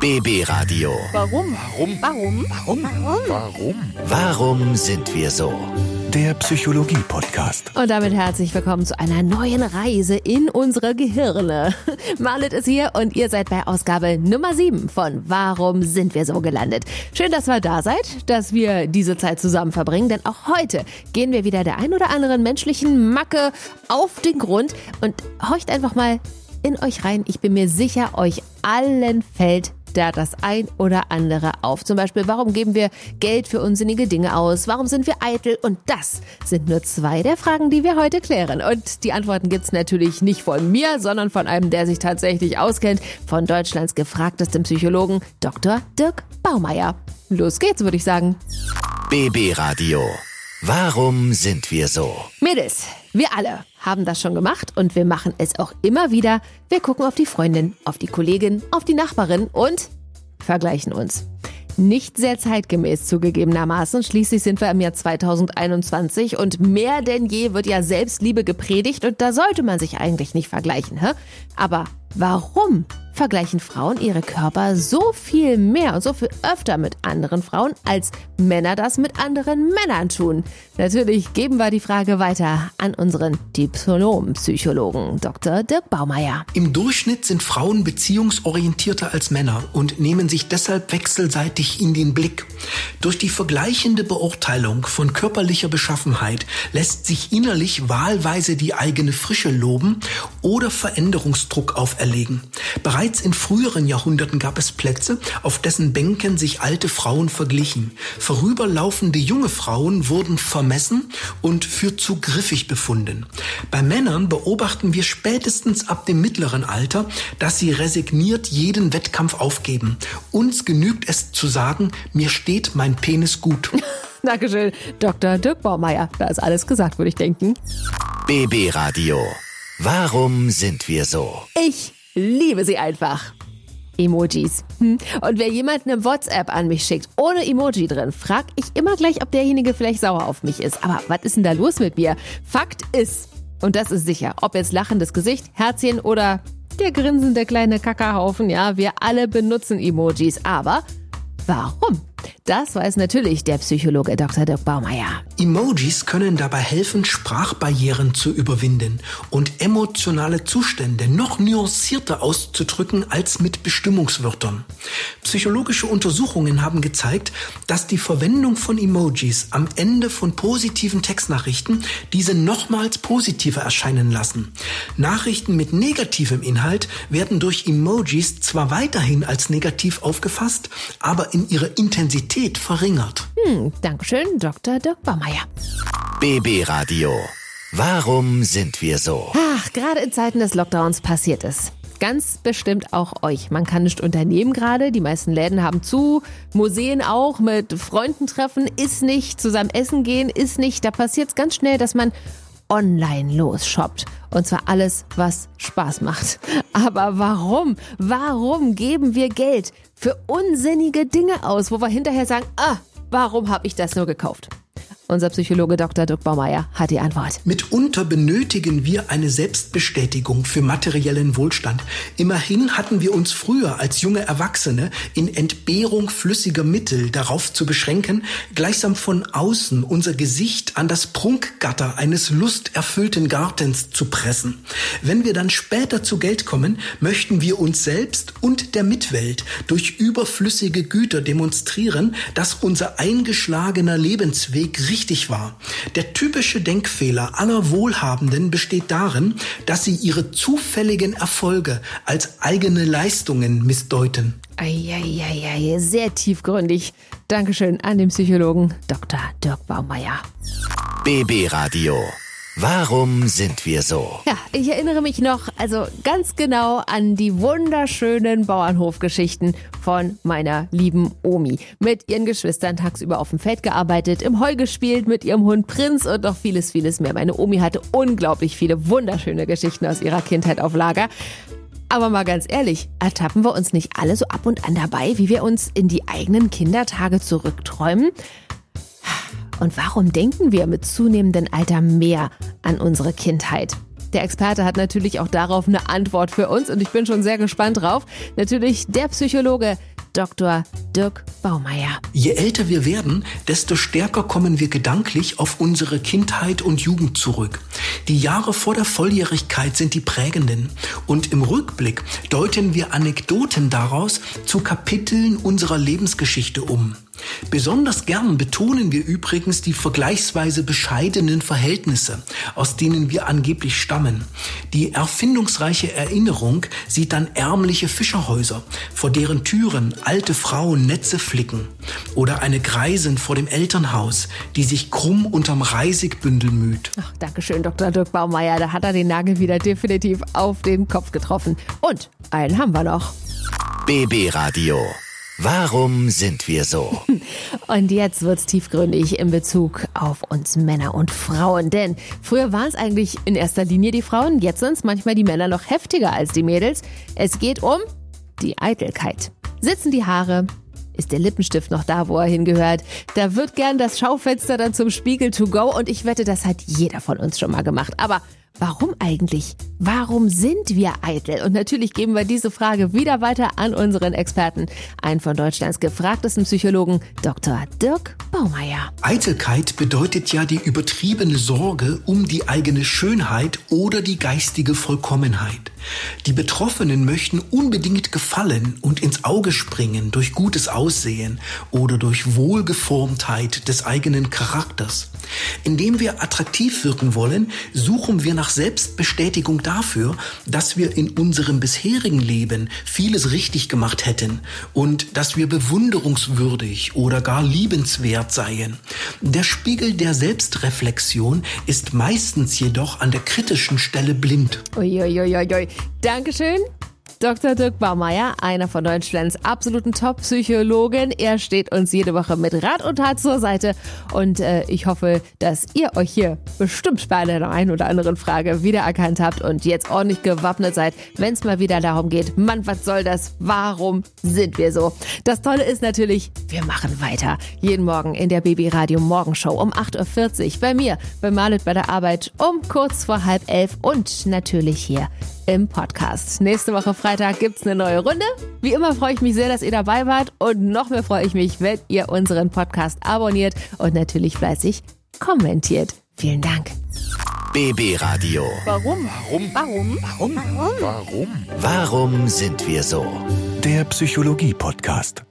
BB Radio. Warum? Warum sind wir so? Der Psychologie-Podcast. Und damit herzlich willkommen zu einer neuen Reise in unsere Gehirne. Marlet ist hier und ihr seid bei Ausgabe Nummer 7 von Warum sind wir so gelandet? Schön, dass ihr da seid, dass wir diese Zeit zusammen verbringen, denn auch heute gehen wir wieder der ein oder anderen menschlichen Macke auf den Grund und horcht einfach mal in euch rein. Ich bin mir sicher, euch allen fällt da das ein oder andere auf. Zum Beispiel, warum geben wir Geld für unsinnige Dinge aus? Warum sind wir eitel? Und das sind nur 2 der Fragen, die wir heute klären. Und die Antworten gibt's natürlich nicht von mir, sondern von einem, der sich tatsächlich auskennt, von Deutschlands gefragtestem Psychologen, Dr. Dirk Baumeier. Los geht's, würde ich sagen. BB Radio. Warum sind wir so? Mädels, wir alle haben das schon gemacht und wir machen es auch immer wieder. Wir gucken auf die Freundin, auf die Kollegin, auf die Nachbarin und vergleichen uns. Nicht sehr zeitgemäß zugegebenermaßen. Schließlich sind wir im Jahr 2021 und mehr denn je wird ja Selbstliebe gepredigt und da sollte man sich eigentlich nicht vergleichen. Aber warum vergleichen Frauen ihre Körper so viel mehr und so viel öfter mit anderen Frauen, als Männer das mit anderen Männern tun? Natürlich geben wir die Frage weiter an unseren Diplom-Psychologen Dr. Dirk Baumeier. Im Durchschnitt sind Frauen beziehungsorientierter als Männer und nehmen sich deshalb wechselseitig in den Blick. Durch die vergleichende Beurteilung von körperlicher Beschaffenheit lässt sich innerlich wahlweise die eigene Frische loben oder Veränderungsdruck auferlegen. Bereits in früheren Jahrhunderten gab es Plätze, auf dessen Bänken sich alte Frauen verglichen. Vorüberlaufende junge Frauen wurden vermessen und für zu griffig befunden. Bei Männern beobachten wir spätestens ab dem mittleren Alter, dass sie resigniert jeden Wettkampf aufgeben. Uns genügt es zu sagen, mir steht mein Penis gut. Dankeschön, Dr. Dirk Baumeier. Da ist alles gesagt, würde ich denken. BB Radio. Warum sind wir so? Ich liebe sie einfach. Emojis. Und wer jemand eine WhatsApp an mich schickt, ohne Emoji drin, frag ich immer gleich, ob derjenige vielleicht sauer auf mich ist. Aber was ist denn da los mit mir? Fakt ist, und das ist sicher, ob jetzt lachendes Gesicht, Herzchen oder der grinsende kleine Kackerhaufen, ja, wir alle benutzen Emojis. Aber warum? Das weiß natürlich der Psychologe Dr. Dirk Baumeier. Emojis können dabei helfen, Sprachbarrieren zu überwinden und emotionale Zustände noch nuancierter auszudrücken als mit Bestimmungswörtern. Psychologische Untersuchungen haben gezeigt, dass die Verwendung von Emojis am Ende von positiven Textnachrichten diese nochmals positiver erscheinen lassen. Nachrichten mit negativem Inhalt werden durch Emojis zwar weiterhin als negativ aufgefasst, aber in ihrer Intensität verringert. Dankeschön, Dr. Dirk Baumeier. BB Radio. Warum sind wir so? Ach, gerade in Zeiten des Lockdowns passiert es. Ganz bestimmt auch euch. Man kann nicht unternehmen gerade. Die meisten Läden haben zu. Museen auch. Mit Freunden treffen ist nicht. Zusammen essen gehen ist nicht. Da passiert es ganz schnell, dass man online losshoppt. Und zwar alles, was Spaß macht. Aber warum? Warum geben wir Geld für unsinnige Dinge aus, wo wir hinterher sagen, warum habe ich das nur gekauft? Unser Psychologe Dr. Dirk Baumeier hat die Antwort. Mitunter benötigen wir eine Selbstbestätigung für materiellen Wohlstand. Immerhin hatten wir uns früher als junge Erwachsene in Entbehrung flüssiger Mittel darauf zu beschränken, gleichsam von außen unser Gesicht an das Prunkgatter eines lusterfüllten Gartens zu pressen. Wenn wir dann später zu Geld kommen, möchten wir uns selbst und der Mitwelt durch überflüssige Güter demonstrieren, dass unser eingeschlagener Lebensweg richtig war. Der typische Denkfehler aller Wohlhabenden besteht darin, dass sie ihre zufälligen Erfolge als eigene Leistungen missdeuten. Eieiei, sehr tiefgründig. Dankeschön an den Psychologen Dr. Dirk Baumeier. BB Radio. Warum sind wir so? Ja, ich erinnere mich noch, also ganz genau an die wunderschönen Bauernhofgeschichten von meiner lieben Omi. Mit ihren Geschwistern tagsüber auf dem Feld gearbeitet, im Heu gespielt, mit ihrem Hund Prinz und noch vieles, vieles mehr. Meine Omi hatte unglaublich viele wunderschöne Geschichten aus ihrer Kindheit auf Lager. Aber mal ganz ehrlich, ertappen wir uns nicht alle so ab und an dabei, wie wir uns in die eigenen Kindertage zurückträumen? Und warum denken wir mit zunehmendem Alter mehr an unsere Kindheit? Der Experte hat natürlich auch darauf eine Antwort für uns und ich bin schon sehr gespannt drauf. Natürlich der Psychologe Dr. Dirk Baumeier. Je älter wir werden, desto stärker kommen wir gedanklich auf unsere Kindheit und Jugend zurück. Die Jahre vor der Volljährigkeit sind die prägenden und im Rückblick deuten wir Anekdoten daraus zu Kapiteln unserer Lebensgeschichte um. Besonders gern betonen wir übrigens die vergleichsweise bescheidenen Verhältnisse, aus denen wir angeblich stammen. Die erfindungsreiche Erinnerung sieht dann ärmliche Fischerhäuser, vor deren Türen alte Frauen Netze flicken, oder eine Greisin vor dem Elternhaus, die sich krumm unterm Reisigbündel müht. Ach, Dankeschön, Dr. Dirk Baumeier. Da hat er den Nagel wieder definitiv auf den Kopf getroffen. Und einen haben wir noch. BB Radio. Warum sind wir so? Und jetzt wird's tiefgründig in Bezug auf uns Männer und Frauen. Denn früher waren es eigentlich in erster Linie die Frauen, jetzt sind es manchmal die Männer noch heftiger als die Mädels. Es geht um die Eitelkeit. Sitzen die Haare? Ist der Lippenstift noch da, wo er hingehört? Da wird gern das Schaufenster dann zum Spiegel to go und ich wette, das hat jeder von uns schon mal gemacht. Aber warum eigentlich? Warum sind wir eitel? Und natürlich geben wir diese Frage wieder weiter an unseren Experten, einen von Deutschlands gefragtesten Psychologen, Dr. Dirk Baumeier. Eitelkeit bedeutet ja die übertriebene Sorge um die eigene Schönheit oder die geistige Vollkommenheit. Die Betroffenen möchten unbedingt gefallen und ins Auge springen durch gutes Aussehen oder durch Wohlgeformtheit des eigenen Charakters. Indem wir attraktiv wirken wollen, suchen wir nach Selbstbestätigung dafür, dass wir in unserem bisherigen Leben vieles richtig gemacht hätten und dass wir bewunderungswürdig oder gar liebenswert seien. Der Spiegel der Selbstreflexion ist meistens jedoch an der kritischen Stelle blind. Uiuiuiui. Dankeschön. Dr. Dirk Baumeier, einer von Deutschlands absoluten Top-Psychologen. Er steht uns jede Woche mit Rat und Tat zur Seite. Und ich hoffe, dass ihr euch hier bestimmt bei der einen oder anderen Frage wiedererkannt habt und jetzt ordentlich gewappnet seid, wenn es mal wieder darum geht, Mann, was soll das? Warum sind wir so? Das Tolle ist natürlich, wir machen weiter. Jeden Morgen in der BB Radio Morgenshow um 8.40 Uhr. Bei mir, bei Marlet bei der Arbeit um kurz vor 10:30 und natürlich hier im Podcast. Nächste Woche Freitag gibt's eine neue Runde. Wie immer freue ich mich sehr, dass ihr dabei wart und noch mehr freue ich mich, wenn ihr unseren Podcast abonniert und natürlich fleißig kommentiert. Vielen Dank. BB Radio. Warum? Warum sind wir so? Der Psychologie-Podcast.